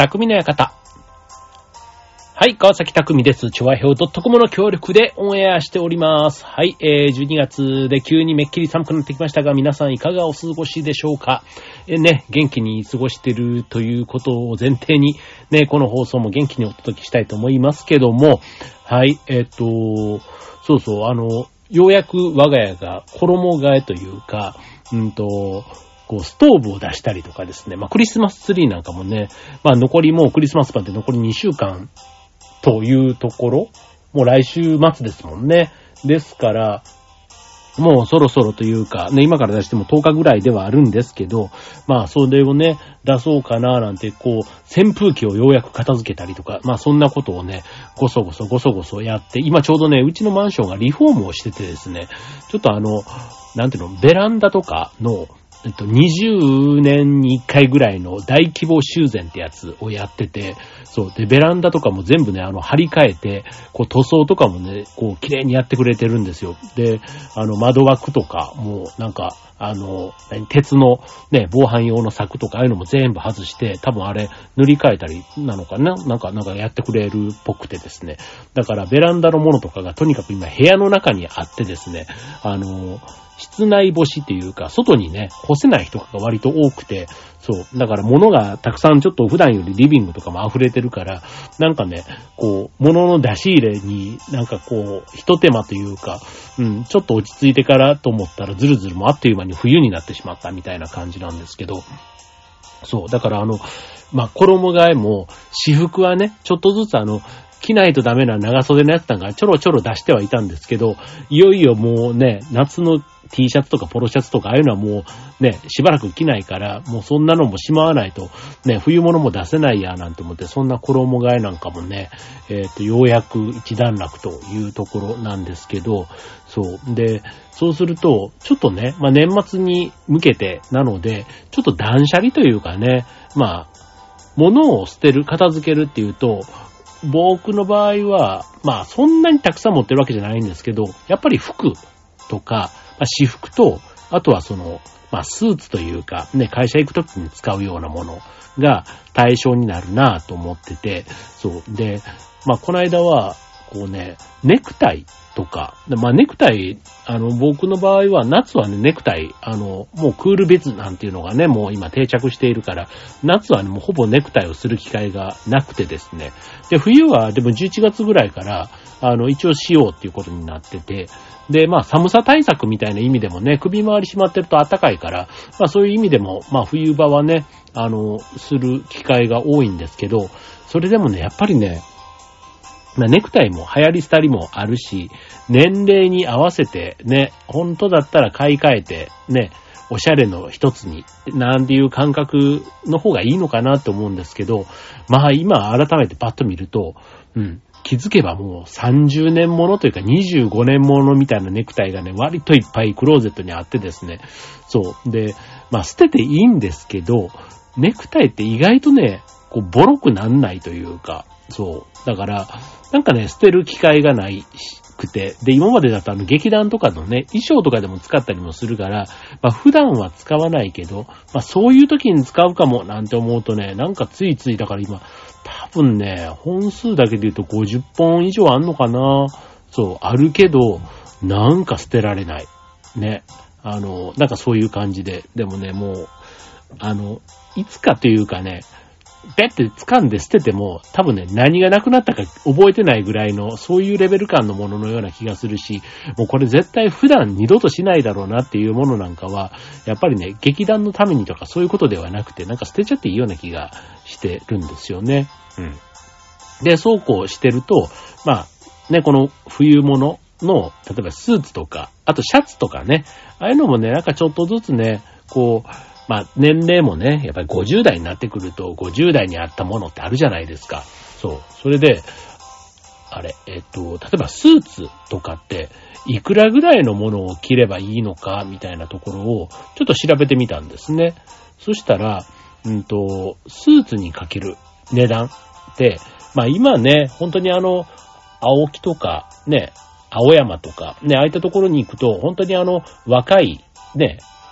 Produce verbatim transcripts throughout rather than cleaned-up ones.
匠の館。はい、川崎匠です。チョアヘオ .com の協力でオンエアしております。はい、えー、じゅうにがつで急にめっきり寒くなってきましたが、皆さんいかがお過ごしでしょうか。えー、ね、元気に過ごしてるということを前提に、ね、この放送も元気にお届けしたいと思いますけども、はい、えっと、そうそう、あの、ようやく我が家が衣替えというか、うんと、こう、ストーブを出したりとかですね。まあ、クリスマスツリーなんかもね、まあ、残りもうクリスマスまで残りにしゅうかんというところ、もう来週末ですもんね。ですから、もうそろそろというか、ね、今から出してもとおかぐらいではあるんですけど、まあ、それをね、出そうかななんて、こう、扇風機をようやく片付けたりとか、まあ、そんなことをね、ごそごそごそごそやって、今ちょうどね、うちのマンションがリフォームをしててですね、ちょっとあの、なんていうの、ベランダとかの、えっと、にじゅうねんにいっかいぐらいの大規模修繕ってやつをやってて、そう。で、ベランダとかも全部ね、あの、張り替えて、こう、塗装とかもね、こう、綺麗にやってくれてるんですよ。で、あの、窓枠とかも、なんか、あの、鉄のね、防犯用の柵とか、ああいうのも全部外して、多分あれ、塗り替えたりなのかななんか、なんかやってくれるっぽくてですね。だから、ベランダのものとかがとにかく今、部屋の中にあってですね、あの、室内干しっていうか、外にね、干せない人が割と多くて、そう。だから物がたくさんちょっと普段よりリビングとかも溢れてるから、なんかね、こう、物の出し入れになんかこう、一手間というか、うん、ちょっと落ち着いてからと思ったらずるずるもあっという間に冬になってしまったみたいな感じなんですけど、そう。だからあの、まあ、衣替えも、私服はね、ちょっとずつあの、着ないとダメな長袖のやつなんかちょろちょろ出してはいたんですけど、いよいよもうね、夏の T シャツとかポロシャツとかああいうのはもうね、しばらく着ないから、もうそんなのもしまわないと、ね、冬物も出せないやなんて思って、そんな衣替えなんかもね、えっと、ようやく一段落というところなんですけど、そう。で、そうすると、ちょっとね、まあ、年末に向けてなので、ちょっと断捨離というかね、まあ、物を捨てる、片付けるっていうと、僕の場合は、まあそんなにたくさん持ってるわけじゃないんですけど、やっぱり服とか、まあ、私服と、あとはその、まあスーツというか、ね、会社行くときに使うようなものが対象になるなぁと思ってて、そう。で、まあこの間は、こうね、ネクタイとか、まあネクタイ、あの僕の場合は夏はね、ネクタイ、あの、もうクール別なんていうのがね、もう今定着しているから、夏はね、もうほぼネクタイをする機会がなくてですね。で、冬はでもじゅういちがつぐらいから、あの、一応しようっていうことになってて、で、まあ寒さ対策みたいな意味でもね、首周り締まってると暖かいから、まあそういう意味でも、まあ冬場はね、あの、する機会が多いんですけど、それでもね、やっぱりね、まあ、ネクタイも流行り廃りもあるし、年齢に合わせてね、本当だったら買い替えてね、おしゃれの一つに、なんていう感覚の方がいいのかなって思うんですけど、まあ今改めてパッと見ると、うん、気づけばもうさんじゅうねんものというかにじゅうごねんものみたいなネクタイがね、割といっぱいクローゼットにあってですね、そう。で、まあ捨てていいんですけど、ネクタイって意外とね、こうボロくなんないというか、そう。だから、なんかね、捨てる機会がないくて、で、今までだとあの劇団とかのね、衣装とかでも使ったりもするから、まあ普段は使わないけど、まあそういう時に使うかもなんて思うとね、なんかついついだから今、多分ね、本数だけで言うとごじゅっぽん以上あんのかな。そう、あるけど、なんか捨てられない。ね。あの、なんかそういう感じで、でもね、もう、あの、いつかというかね、ペッて掴んで捨てても多分ね、何がなくなったか覚えてないぐらいのそういうレベル感のもののような気がするし、もうこれ絶対普段二度としないだろうなっていうものなんかは、やっぱりね、劇団のためにとかそういうことではなくて、なんか捨てちゃっていいような気がしてるんですよね。うん。で、そうこうしてると、まあ、ね、この冬物の、例えばスーツとか、あとシャツとかね、ああいうのもね、なんかちょっとずつね、こう、まあ、年齢もね、やっぱりごじゅう代になってくると、ごじゅう代にあったものってあるじゃないですか。そう。それで、あれ、えっと、例えばスーツとかって、いくらぐらいのものを着ればいいのか、みたいなところを、ちょっと調べてみたんですね。そしたら、うんと、スーツにかける値段って、まあ今ね、本当にあの、青木とか、ね、青山とか、ね、ああいったところに行くと、本当にあの、若い、ね、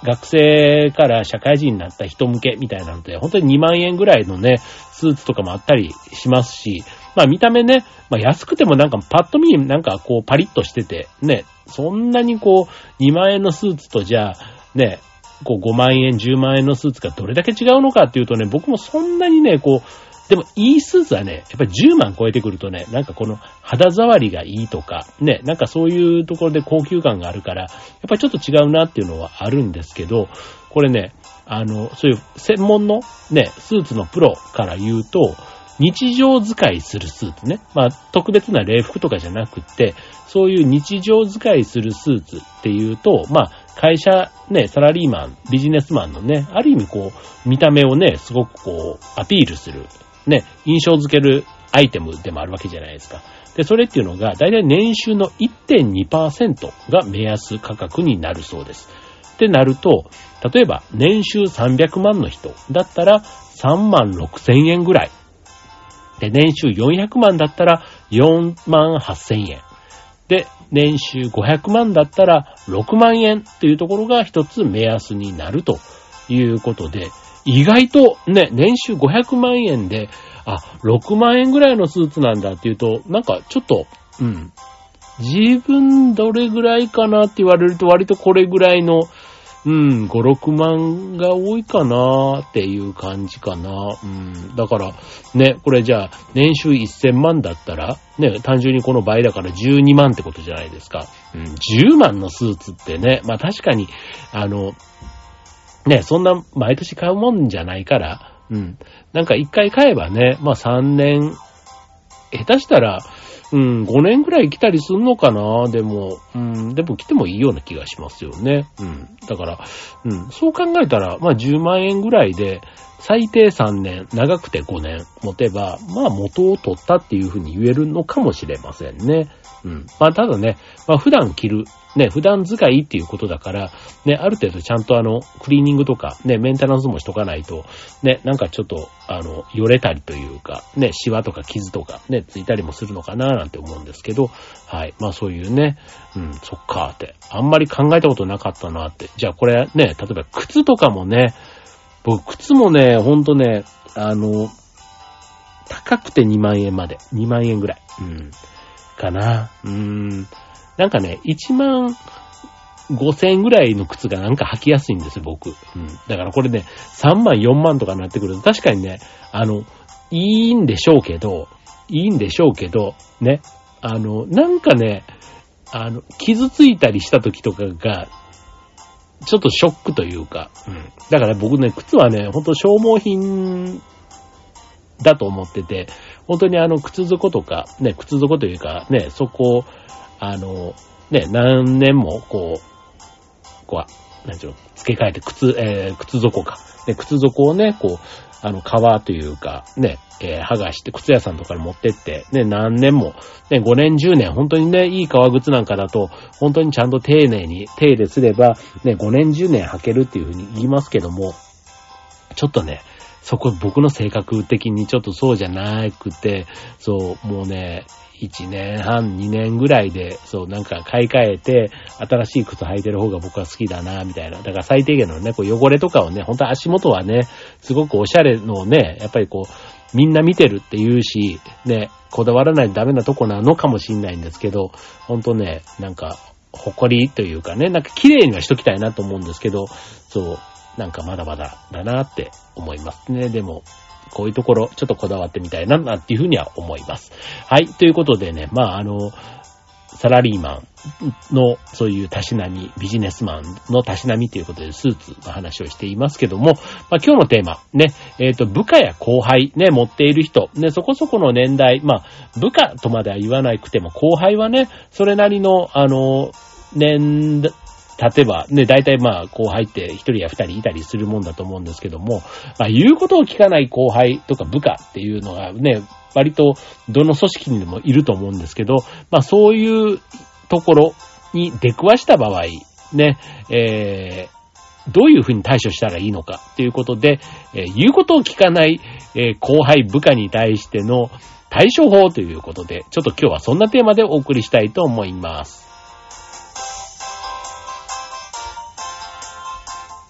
学生から社会人になった人向けみたいなので、本当ににまんえんぐらいのね、スーツとかもあったりしますし、まあ見た目ね、まあ安くてもなんかパッと見なんかこうパリッとしてて、ね、そんなにこうにまんえんのスーツとじゃあ、ね、こうごまんえん、じゅうまんえんのスーツがどれだけ違うのかっていうとね、僕もそんなにね、こう、でもいいスーツはね、やっぱりじゅうまん超えてくるとね、なんかこの肌触りがいいとか、ね、なんかそういうところで高級感があるから、やっぱりちょっと違うなっていうのはあるんですけど、これね、あの、そういう専門のね、スーツのプロから言うと、日常使いするスーツね。まあ、特別な礼服とかじゃなくって、そういう日常使いするスーツっていうと、まあ、会社ね、サラリーマン、ビジネスマンのね、ある意味こう、見た目をね、すごくこう、アピールする、ね、印象づけるアイテムでもあるわけじゃないですか。で、それっていうのが、だいたい年収の いってんにパーセント が目安価格になるそうです。ってなると、例えば年収さんびゃくまんの人だったらさんまんろくせんえんぐらい。で、年収よんひゃくまんだったらよんまんはっせんえん。で、年収ごひゃくまんだったらろくまんえんっていうところが一つ目安になるということで、意外とね、年収ごひゃくまんえんで、あ、ろくまんえんぐらいのスーツなんだっていうと、なんかちょっと、うん、自分どれぐらいかなって言われると割とこれぐらいの、うん、ご、ろくまんが多いかなっていう感じかな。うん、だから、ね、これじゃあ、年収せんまんだったら、ね、単純にこの倍だからじゅうにまんってことじゃないですか。うん、じゅうまんのスーツってね、まあ確かに、あの、ね、そんな毎年買うもんじゃないから、うん、なんか一回買えばね、まあさんねん、下手したら、うん、ごねんくらい来たりすんのかな。でも、うん、でも来てもいいような気がしますよね。うん。だから、うん、そう考えたら、まあじゅうまんえんぐらいで、最低さんねん、長くてごねん持てば、まあ元を取ったっていうふうに言えるのかもしれませんね。うん。まあただね、まあ普段着る、ね、普段使いっていうことだから、ね、ある程度ちゃんとあの、クリーニングとか、ね、メンテナンスもしとかないと、ね、なんかちょっと、あの、よれたりというか、ね、シワとか傷とか、ね、ついたりもするのかななんて思うんですけど、はい。まあそういうね、うん、そっかって、あんまり考えたことなかったなって。じゃあこれね、例えば靴とかもね、僕、靴もね、ほんとね、あの、高くてにまんえんまで。にまんえんぐらい。うん。かな。うーん。なんかね、いちまんごせんえんぐらいの靴がなんか履きやすいんですよ、僕。うん。だからこれね、さんまんよんまんとかになってくると、確かにね、あの、いいんでしょうけど、いいんでしょうけど、ね。あの、なんかね、あの、傷ついたりした時とかが、ちょっとショックというか、うん。だから僕ね、靴はね、ほんと消耗品だと思ってて、本当にあの、靴底とか、ね、靴底というか、ね、そこ、あの、ね、何年も、こう、こう、なんていうの、付け替えて、靴、えー、靴底か。ね、靴底をね、こう、あの、革というか、ね、えー、剥がして、靴屋さんとかに持ってって、ね、何年も、ね、ごねん、じゅうねん、本当にね、いい革靴なんかだと、本当にちゃんと丁寧に手入れすれば、ね、ごねん、じゅうねん履けるっていうふうに言いますけども、ちょっとね、そこ僕の性格的にちょっとそうじゃなくて、そう、もうね、いちねんはん、にねんぐらいで、そう、なんか買い替えて、新しい靴履いてる方が僕は好きだな、みたいな。だから最低限のね、こう汚れとかをね、本当足元はね、すごくおしゃれのね、やっぱりこう、みんな見てるって言うし、ね、こだわらないとダメなとこなのかもしんないんですけど、本当ね、なんか、誇りというかね、なんか綺麗にはしときたいなと思うんですけど、そう、なんかまだまだだなって思いますね。でも、こういうところ、ちょっとこだわってみたいな、なんていうふうには思います。はい。ということでね、まあ、あの、サラリーマンのそういうたしなみ、ビジネスマンのたしなみということでスーツの話をしていますけども、まあ今日のテーマ、ね、えっと、部下や後輩ね、持っている人、ね、そこそこの年代、まあ、部下とまでは言わなくても、後輩はね、それなりの、あの、年、例えばね、大体まあ後輩って一人や二人いたりするもんだと思うんですけども、まあ言うことを聞かない後輩とか部下っていうのがね、割とどの組織にでもいると思うんですけど、まあそういうところに出くわした場合、ね、えー、どういうふうに対処したらいいのかということで、えー、言うことを聞かない、えー、後輩部下に対しての対処法ということで、ちょっと今日はそんなテーマでお送りしたいと思います。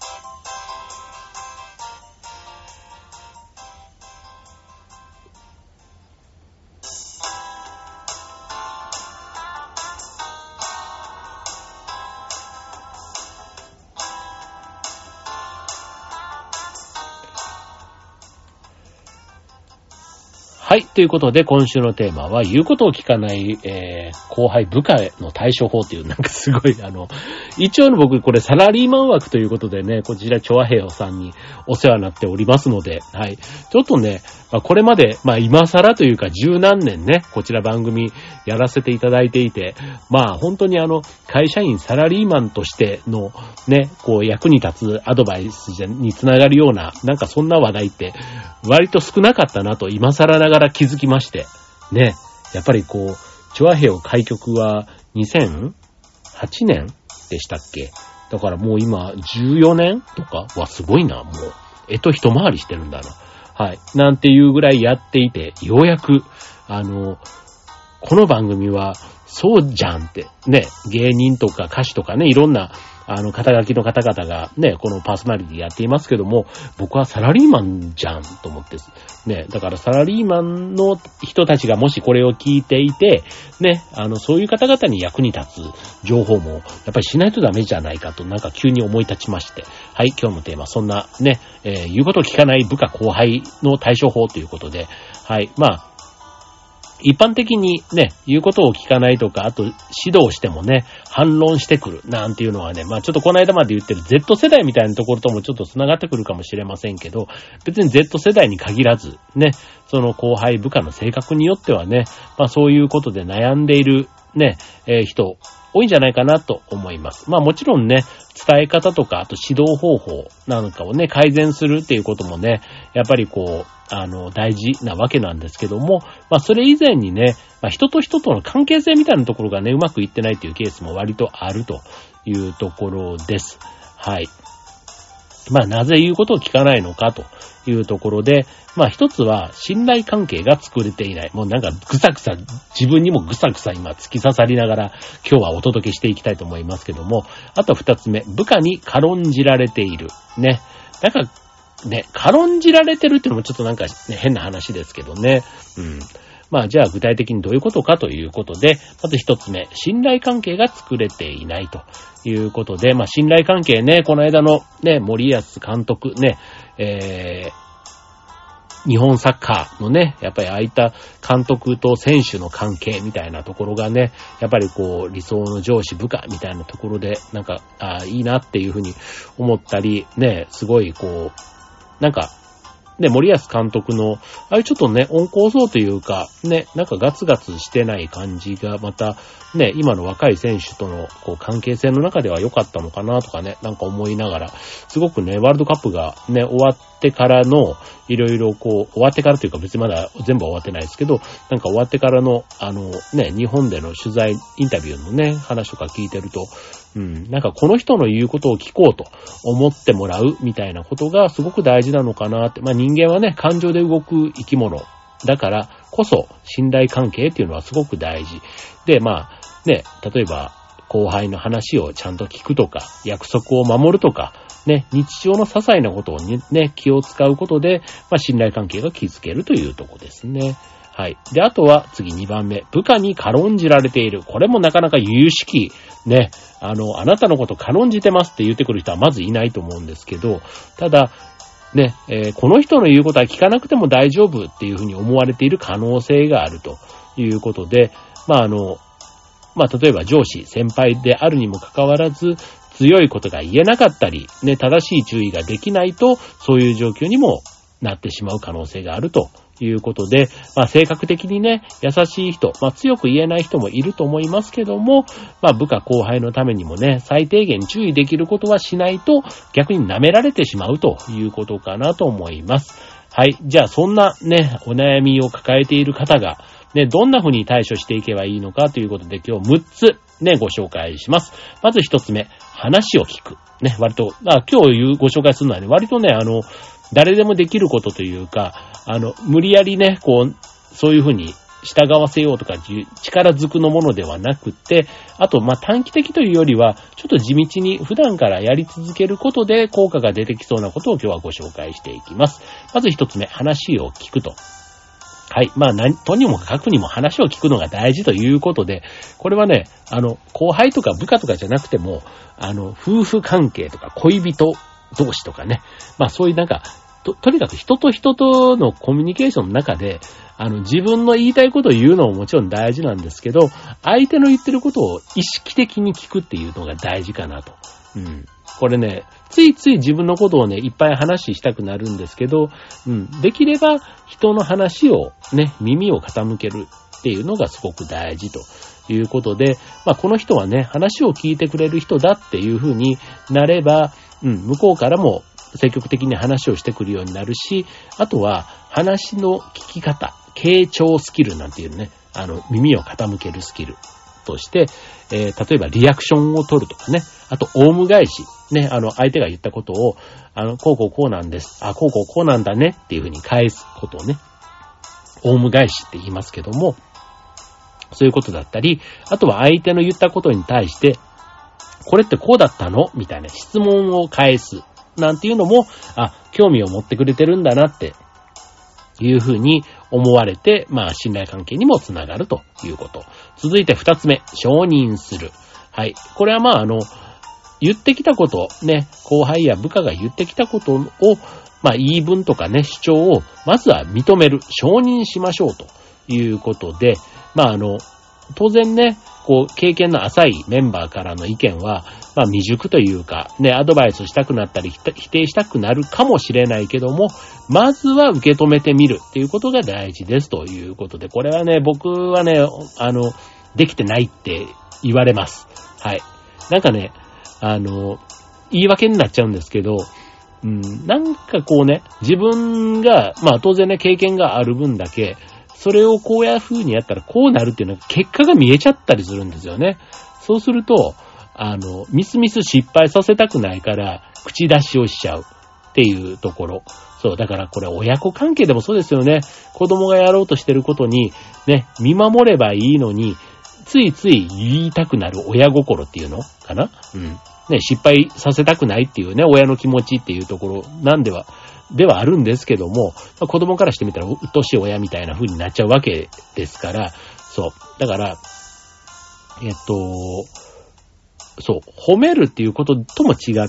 はい。ということで、今週のテーマは、言うことを聞かない、えー、後輩部下への対処法という、なんかすごい、あの、一応の僕、これサラリーマン枠ということでね、こちら、チョアヘヨさんにお世話になっておりますので、はい。ちょっとね、まあ、これまで、まあ、今更というか、十何年ね、こちら番組やらせていただいていて、まあ、本当にあの、会社員、サラリーマンとしての、ね、こう、役に立つアドバイスにつながるような、なんかそんな話題って、割と少なかったなと、今更ながら気づきまして。ね。やっぱりこう、チョアヘヨ開局はにせんはちねんでしたっけ？だからもう今じゅうよねんとかはすごいな、もう。えと一回りしてるんだな。はい。なんていうぐらいやっていて、ようやく、あの、この番組は、そうじゃんって、ね、芸人とか歌手とかね、いろんな、あの、肩書きの方々がね、このパーソナリティやっていますけども、僕はサラリーマンじゃんと思って、ね、だからサラリーマンの人たちがもしこれを聞いていて、ね、あの、そういう方々に役に立つ情報も、やっぱりしないとダメじゃないかと、なんか急に思い立ちまして、はい、今日のテーマ、そんなね、えー、言うことを聞かない部下後輩の対処法ということで、はい、まあ、一般的にね、言うことを聞かないとか、あと指導してもね、反論してくるなんていうのはね、まあちょっとこの間まで言ってる Z 世代みたいなところともちょっと繋がってくるかもしれませんけど、別に Z 世代に限らず、ね、その後輩部下の性格によってはね、まあそういうことで悩んでいるね、えー、人、多いんじゃないかなと思います。まあもちろんね、伝え方とか、あと指導方法なんかをね、改善するっていうこともね、やっぱりこう、あの、大事なわけなんですけども、まあそれ以前にね、まあ人と人との関係性みたいなところがね、うまくいってないっていうケースも割とあるというところです。はい。まあなぜ言うことを聞かないのかというところで、まあ一つは信頼関係が作れていない。もうなんかぐさぐさ、自分にもぐさぐさ今突き刺さりながら今日はお届けしていきたいと思いますけども、あと二つ目、部下に軽んじられている。ね。なんかね、軽んじられてるっていうのもちょっとなんか、ね、変な話ですけどね。うん。まあじゃあ具体的にどういうことかということで、まず一つ目、信頼関係が作れていないということで、まあ信頼関係ね、この間のね、森保監督ね、えー、日本サッカーのね、やっぱりああいった監督と選手の関係みたいなところがね、やっぱりこう理想の上司部下みたいなところで、なんか、ああ、いいなっていうふうに思ったり、ね、すごいこう、なんか、ね、森保監督の、ああいうちょっとね、温厚そうというか、ね、なんかガツガツしてない感じが、また、ね、今の若い選手との、こう、関係性の中では良かったのかなとかね、なんか思いながら、すごくね、ワールドカップがね、終わってからの、いろいろこう、終わってからというか別にまだ全部終わってないですけど、なんか終わってからの、あの、ね、日本での取材、インタビューのね、話とか聞いてると、うん、なんかこの人の言うことを聞こうと思ってもらうみたいなことがすごく大事なのかなって。まあ人間はね、感情で動く生き物だからこそ信頼関係っていうのはすごく大事。で、まあね、例えば後輩の話をちゃんと聞くとか、約束を守るとか、ね、日常の些細なことをね、気を使うことで、まあ信頼関係が築けるというところですね。はい。で、あとは次にばんめ。部下に軽んじられている。これもなかなか由々しき、ね。あの、あなたのこと軽んじてますって言ってくる人はまずいないと思うんですけど、ただ、ね、えー、この人の言うことは聞かなくても大丈夫っていうふうに思われている可能性があるということで、まああの、まあ例えば上司、先輩であるにもかかわらず、強いことが言えなかったり、ね、正しい注意ができないと、そういう状況にもなってしまう可能性があるということで、まあ性格的にね、優しい人、まあ強く言えない人もいると思いますけども、まあ部下後輩のためにもね、最低限注意できることはしないと逆に舐められてしまうということかなと思います。はい。じゃあそんなね、お悩みを抱えている方が、ね、どんな風に対処していけばいいのかということで今日むっつね、ご紹介します。まず一つ目、話を聞く。ね、割と、あ、今日ご紹介するのはね、割とね、あの、誰でもできることというか、あの、無理やりね、こう、そういう風に従わせようとか、力ずくのものではなくて、あと、ま、短期的というよりは、ちょっと地道に普段からやり続けることで効果が出てきそうなことを今日はご紹介していきます。まず一つ目、話を聞くと。はい。まあ、何、とにもかくにも話を聞くのが大事ということで、これはね、あの、後輩とか部下とかじゃなくても、あの、夫婦関係とか恋人同士とかね、まあそういうなんか、と、とにかく人と人とのコミュニケーションの中で、 あの、自分の言いたいことを言うのももちろん大事なんですけど、相手の言ってることを意識的に聞くっていうのが大事かなと。うん。これね、ついつい自分のことをね、いっぱい話したくなるんですけど、うん。できれば人の話をね、耳を傾けるっていうのがすごく大事ということで、まあこの人はね、話を聞いてくれる人だっていう風になれば、うん、向こうからも積極的に話をしてくるようになるし、あとは話の聞き方、傾聴スキルなんていうね、あの、耳を傾けるスキルとして、えー、例えばリアクションを取るとかね、あと、オウム返し、ね、あの、相手が言ったことを、あの、こうこうこうなんです、あ、こうこうこうなんだねっていうふうに返すことをね、オウム返しって言いますけども、そういうことだったり、あとは相手の言ったことに対して、これってこうだったのみたいな質問を返す。なんていうのも、あ、興味を持ってくれてるんだなっていうふうに思われて、まあ信頼関係にもつながるということ。続いて二つ目、承認する。はい。これはまああの、言ってきたこと、ね、後輩や部下が言ってきたことを、まあ言い分とかね、主張をまずは認める、承認しましょうということで、まああの、当然ね、こう、経験の浅いメンバーからの意見は、まあ未熟というか、ね、アドバイスしたくなったり、否定したくなるかもしれないけども、まずは受け止めてみるっていうことが大事ですということで、これはね、僕はね、あの、できてないって言われます。はい。なんかね、あの、言い訳になっちゃうんですけど、うん、なんかこうね、自分が、まあ当然ね、経験がある分だけ、それをこういう風にやったらこうなるっていうのが結果が見えちゃったりするんですよね。そうすると、あの、ミスミス失敗させたくないから、口出しをしちゃうっていうところ。そう、だからこれ親子関係でもそうですよね。子供がやろうとしてることに、ね、見守ればいいのに、ついつい言いたくなる親心っていうのかな？うん。ね、失敗させたくないっていうね、親の気持ちっていうところなんでは、ではあるんですけども、まあ、子供からしてみたらうっとうしい親みたいな風になっちゃうわけですから、そう。だから、えっと、そう、褒めるっていうこととも違って、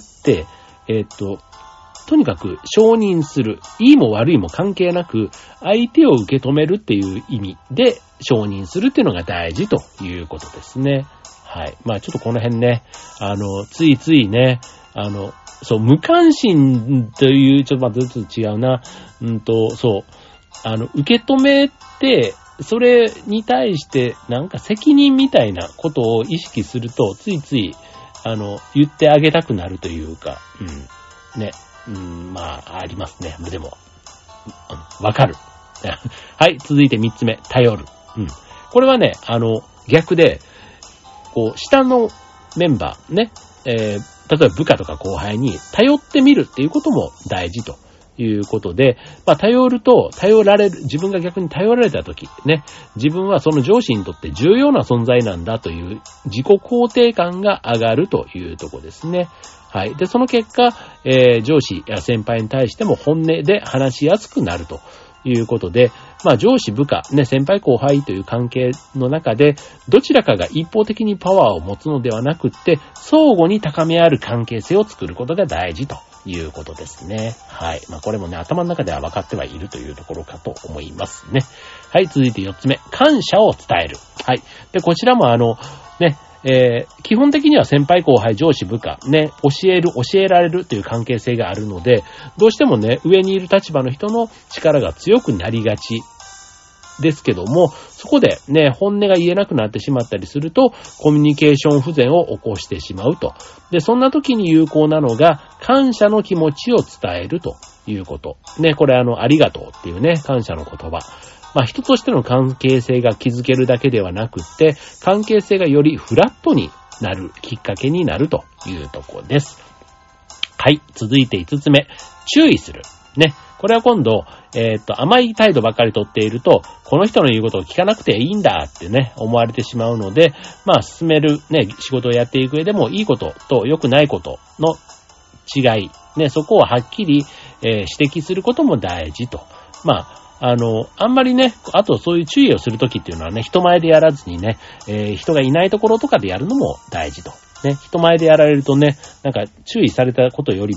えっと、とにかく承認する。いいも悪いも関係なく、相手を受け止めるっていう意味で承認するっていうのが大事ということですね。はい。まあちょっとこの辺ね、あの、ついついね、あの、そう、無関心という、ちょっとまたずつ違うな。うんと、そう、あの、受け止めて、それに対してなんか責任みたいなことを意識すると、ついつい、あの、言ってあげたくなるというか、うん、ね、うん、まあ、ありますね。でも、わ、うん、かる。はい、続いて三つ目、頼る。うん。これはね、あの、逆で、こう、下のメンバー、ね、えー、例えば部下とか後輩に頼ってみるっていうことも大事ということで、まあ頼ると、頼られる、自分が逆に頼られたとき、ね、自分はその上司にとって重要な存在なんだという自己肯定感が上がるというところですね。はい。で、その結果、えー、上司や先輩に対しても本音で話しやすくなるということで、まあ上司部下、ね、先輩後輩という関係の中で、どちらかが一方的にパワーを持つのではなくって、相互に高め合う関係性を作ることが大事ということですね。はい。まあこれもね、頭の中では分かってはいるというところかと思いますね。はい、続いて四つ目、感謝を伝える。はい。で、こちらもあの、ね、えー、基本的には先輩後輩上司部下ね、教える教えられるという関係性があるので、どうしてもね、上にいる立場の人の力が強くなりがちですけども、そこでね、本音が言えなくなってしまったりすると、コミュニケーション不全を起こしてしまうと。で、そんな時に有効なのが、感謝の気持ちを伝えるということ。ね、これあの、ありがとうっていうね、感謝の言葉。まあ人としての関係性が築けるだけではなくって、関係性がよりフラットになるきっかけになるというところです。はい、続いて五つ目、注意する。ね、これは今度、えー、っと、甘い態度ばかり取っていると、この人の言うことを聞かなくていいんだってね、思われてしまうので、まあ進めるね、仕事をやっていく上でもいいことと良くないことの違い、ね、そこをはっきり、えー、指摘することも大事と。まああの、あんまりね、あとそういう注意をするときっていうのはね、人前でやらずにね、えー、人がいないところとかでやるのも大事と。ね、人前でやられるとね、なんか注意されたことよりも、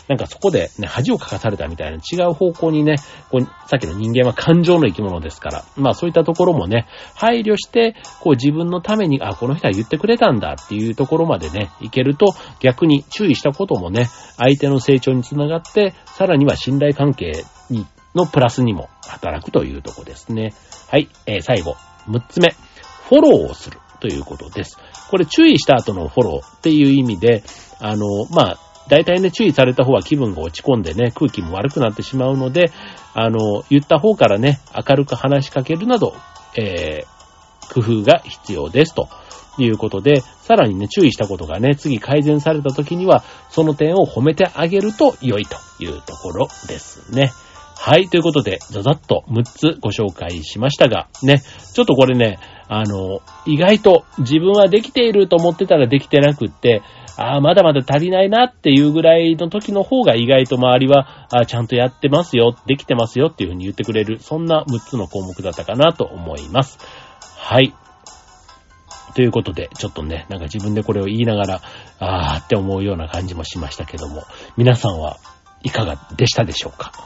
なんかそこでね、恥をかかされたみたいな違う方向にね、こうさっきの人間は感情の生き物ですから、まあそういったところもね、配慮して、こう自分のために、あ、この人は言ってくれたんだっていうところまでね、いけると、逆に注意したこともね、相手の成長につながって、さらには信頼関係に、のプラスにも働くというところですね。はい、えー、最後、むっつめ、フォローをするということです。これ注意した後のフォローっていう意味で、あの、まあ、大体ね、注意された方は気分が落ち込んでね、空気も悪くなってしまうので、あの、言った方からね、明るく話しかけるなど、えー、工夫が必要ですということで、さらにね、注意したことがね、次改善された時には、その点を褒めてあげると良いというところですね。はい、ということで、ざざっとむっつご紹介しましたが、ね、ちょっとこれね、あの、意外と自分はできていると思ってたらできてなくって、ああ、まだまだ足りないなっていうぐらいの時の方が意外と周りは、あちゃんとやってますよ、できてますよっていうふうに言ってくれる、そんなむっつの項目だったかなと思います。はい。ということで、ちょっとね、なんか自分でこれを言いながら、あーって思うような感じもしましたけども、皆さんはいかがでしたでしょうか？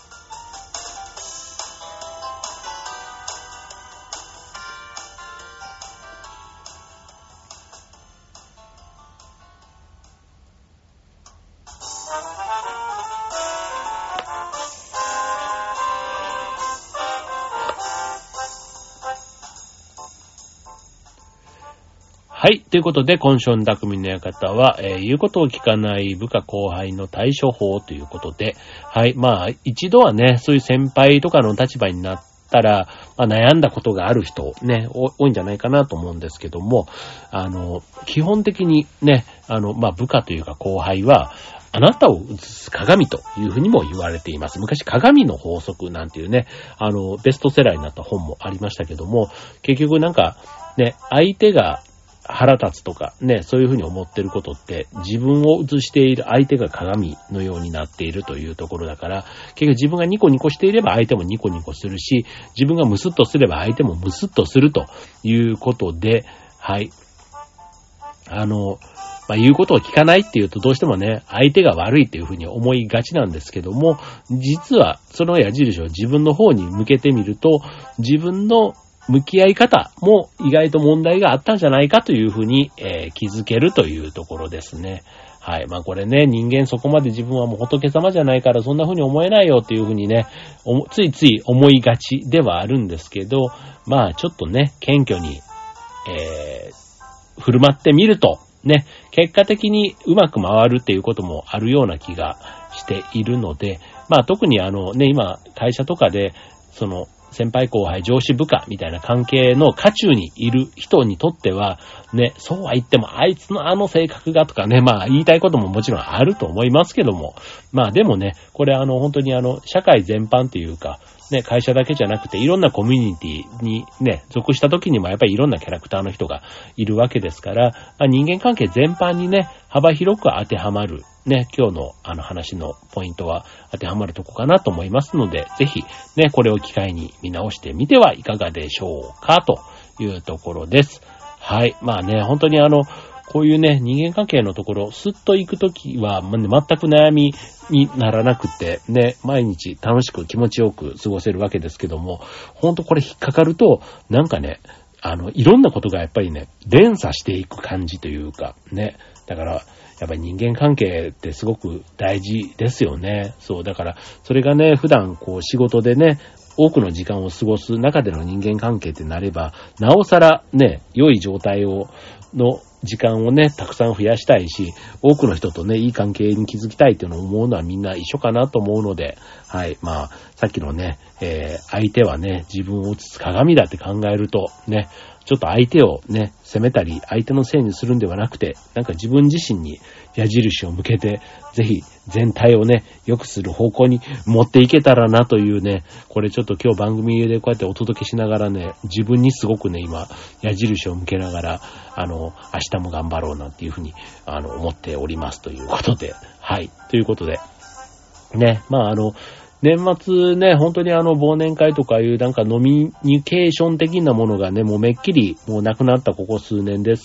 はい。ということで、今週の匠の館は、えー、言うことを聞かない部下後輩の対処法ということで、はい。まあ、一度はね、そういう先輩とかの立場になったら、まあ、悩んだことがある人、ね、多いんじゃないかなと思うんですけども、あの、基本的にね、あの、まあ、部下というか後輩は、あなたを映す鏡というふうにも言われています。昔、鏡の法則なんていうね、あの、ベストセラーになった本もありましたけども、結局なんか、ね、相手が、腹立つとかね、そういうふうに思ってることって自分を映している相手が鏡のようになっているというところだから、結局自分がニコニコしていれば相手もニコニコするし、自分がムスッとすれば相手もムスッとするということで、はい。あの、まあ、言うことを聞かないっていうとどうしてもね、相手が悪いっていうふうに思いがちなんですけども、実はその矢印を自分の方に向けてみると、自分の向き合い方も意外と問題があったんじゃないかというふうに、えー、気づけるというところですね。はい。まあこれね、人間そこまで自分はもう仏様じゃないからそんな風に思えないよっていう風にね、ついつい思いがちではあるんですけど、まあちょっとね、謙虚に、えー、振る舞ってみると、ね、結果的にうまく回るっていうこともあるような気がしているので、まあ特にあのね、今会社とかで、その、先輩後輩上司部下みたいな関係の渦中にいる人にとってはね、そうは言ってもあいつのあの性格がとかね、まあ言いたいことももちろんあると思いますけども、まあでもね、これあの本当にあの社会全般というかね、会社だけじゃなくていろんなコミュニティにね、属した時にもやっぱりいろんなキャラクターの人がいるわけですから、まあ、人間関係全般にね、幅広く当てはまるね、今日のあの話のポイントは当てはまるとこかなと思いますので、ぜひね、これを機会に見直してみてはいかがでしょうかというところです。はい。まあね、本当にあの、こういうね、人間関係のところ、スッと行くときは、全く悩みにならなくて、ね、毎日楽しく気持ちよく過ごせるわけですけども、本当これ引っかかると、なんかね、あの、いろんなことがやっぱりね、連鎖していく感じというか、ね、だから、やっぱり人間関係ってすごく大事ですよね。そう、だから、それがね、普段こう仕事でね、多くの時間を過ごす中での人間関係ってなれば、なおさらね、良い状態を、の時間をね、たくさん増やしたいし、多くの人とね、いい関係に築きたいっていうのを思うのはみんな一緒かなと思うので、はい、まあ、さっきのね、えー、相手はね、自分を映す鏡だって考えると、ね、ちょっと相手をね、責めたり、相手のせいにするんではなくて、なんか自分自身に矢印を向けて、ぜひ全体をね、良くする方向に持っていけたらなというね、これちょっと今日番組でこうやってお届けしながらね、自分にすごくね、今、矢印を向けながら、あの、明日も頑張ろうなんていうふうに、あの、思っておりますということで、はい、ということで、ね、まああの、年末ね、本当にあの忘年会とかいうなんかノミニケーション的なものがね、もうめっきりもうなくなったここ数年です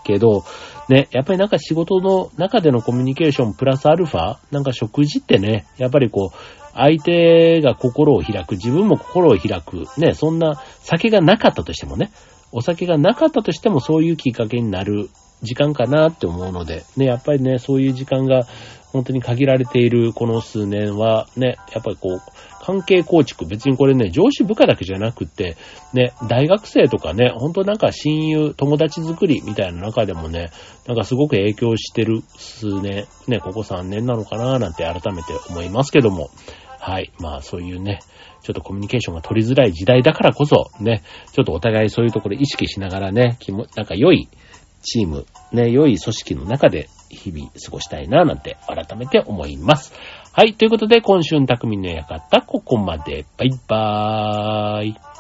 けど、ね、やっぱりなんか仕事の中でのコミュニケーションプラスアルファ、なんか食事ってね、やっぱりこう、相手が心を開く、自分も心を開く、ね、そんな酒がなかったとしてもね、お酒がなかったとしてもそういうきっかけになる時間かなって思うので、ね、やっぱりね、そういう時間が本当に限られているこの数年は、ね、やっぱりこう、関係構築、別にこれね、上司部下だけじゃなくって、ね、大学生とかね、本当なんか親友、友達作りみたいな中でもね、なんかすごく影響してる数年、ね、ここさんねんなのかななんて改めて思いますけども、はい、まあそういうね、ちょっとコミュニケーションが取りづらい時代だからこそ、ね、ちょっとお互いそういうところ意識しながらね、なんか良いチーム、ね、良い組織の中で日々過ごしたいななんて改めて思います。はい、ということで今週の匠の館、ここまで。バイバーイ。